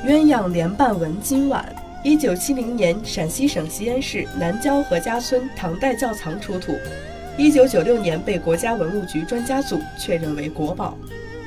鸳鸯莲瓣纹金碗，1970年陕西省西安市南郊何家村唐代窖藏出土，1996年被国家文物局专家组确认为国宝。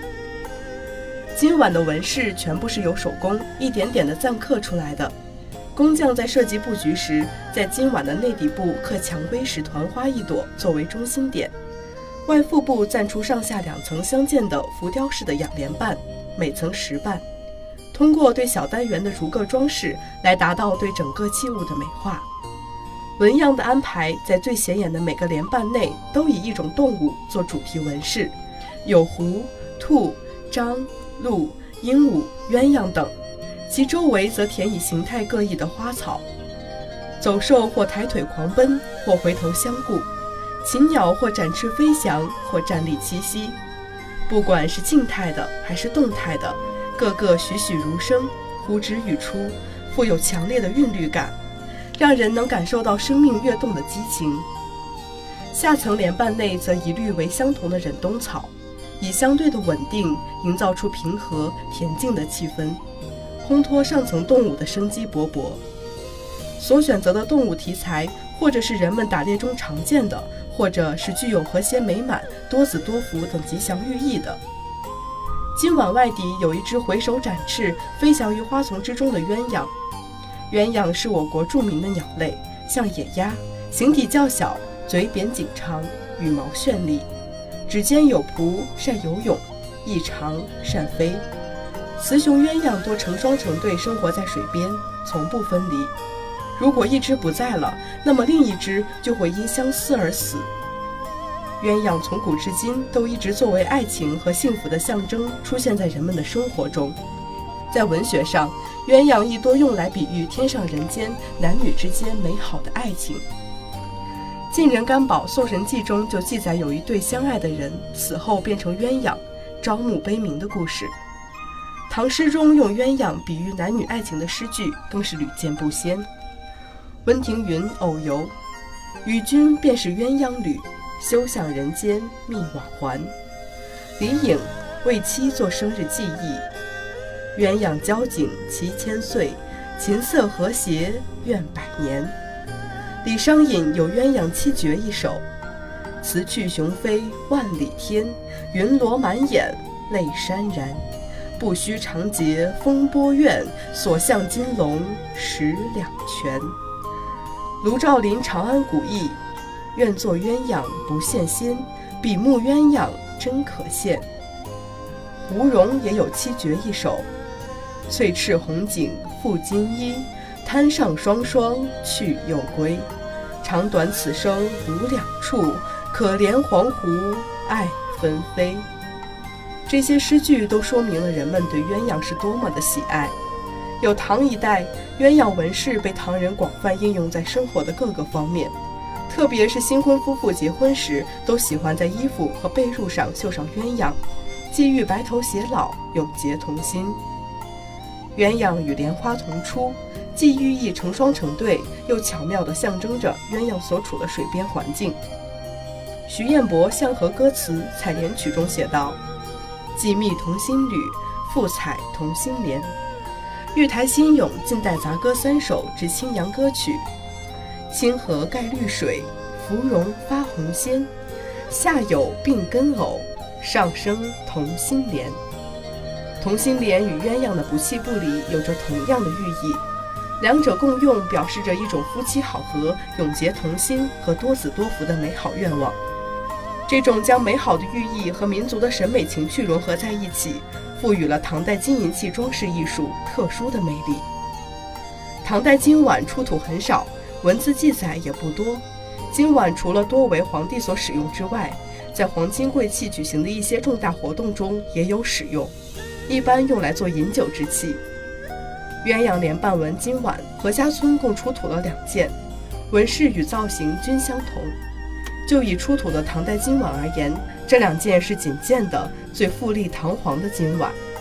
金碗的纹饰全部是由手工一点点的錾刻出来的。工匠在设计布局时，在金碗的内底部刻蔷薇石团花一朵作为中心点，外腹部錾出上下2层相间的浮雕式的仰莲瓣，每层10瓣，通过对小单元的逐个装饰来达到对整个器物的美化。纹样的安排在最显眼的每个莲瓣内都以一种动物做主题纹饰，有狐、兔、獐、鹿、鹦鹉、鸳鸯等，其周围则填以形态各异的花草。走兽或抬腿狂奔，或回头相顾；禽鸟或展翅飞翔，或站立栖息。不管是静态的还是动态的，个个栩栩如生，呼之欲出，富有强烈的韵律感，让人能感受到生命跃动的激情。下层莲瓣内则一律为相同的忍冬草，以相对的稳定营造出平和恬静的气氛，烘托上层动物的生机勃勃。所选择的动物题材，或者是人们打猎中常见的，或者是具有和谐美满、多子多福等吉祥寓意的。金碗外底有一只回首展翅、飞翔于花丛之中的鸳鸯。鸳鸯是我国著名的鸟类，像野鸭，形体较小，嘴扁颈长，羽毛绚丽，指尖有蹼，善游泳，翼长，善飞。雌雄鸳鸯多成双成对生活在水边，从不分离。如果一只不在了，那么另一只就会因相思而死。鸳鸯从古至今都一直作为爱情和幸福的象征出现在人们的生活中。在文学上，鸳鸯亦多用来比喻天上人间男女之间美好的爱情。晋人干宝《宋神记》中就记载有一对相爱的人死后变成鸳鸯，朝暮悲鸣的故事。唐诗中用鸳鸯比喻男女爱情的诗句更是屡见不鲜。温庭筠偶游，与君便是鸳鸯侣，休向人间觅往还。李颖为妻做生日记忆，鸳鸯交颈齐千岁，琴瑟和谐愿百年。李商隐有鸳鸯七绝一首，辞去雄飞万里天，云罗满眼泪潸然。不须长结风波怨，所向金龙十两拳。卢照邻长安古意，愿作鸳鸯不羡仙，比目鸳鸯真可羡。吴荣也有七绝一首，翠翅红颈覆金衣，滩上双双去又归。长短此生无两处，可怜黄鹄爱纷飞。这些诗句都说明了人们对鸳鸯是多么的喜爱。有唐一代，鸳鸯纹饰被唐人广泛应用在生活的各个方面，特别是新婚夫妇结婚时，都喜欢在衣服和被褥上绣上鸳鸯，寄寓白头偕老，永结同心。鸳鸯与莲花同出，既寓意成双成对，又巧妙地象征着鸳鸯所处的水边环境。徐彦博《相和歌词·采莲曲》中写道：既觅同心侣，复采同心莲。玉台新咏近代杂歌3首之青阳歌曲。清河盖绿水，芙蓉发红鲜，下有并根藕，上生同心莲。同心莲与鸳鸯的不弃不离有着同样的寓意，两者共用表示着一种夫妻好合、永结同心和多子多福的美好愿望。这种将美好的寓意和民族的审美情趣融合在一起，赋予了唐代金银器装饰艺术特殊的魅力。唐代金碗出土很少，文字记载也不多。金碗除了多为皇帝所使用之外，在皇亲贵戚举行的一些重大活动中也有使用，一般用来做饮酒之器。鸳鸯莲瓣纹金碗，何家村共出土了2件，纹饰与造型均相同。就以出土的唐代金碗而言，这2件是仅见的最富丽堂皇的金碗。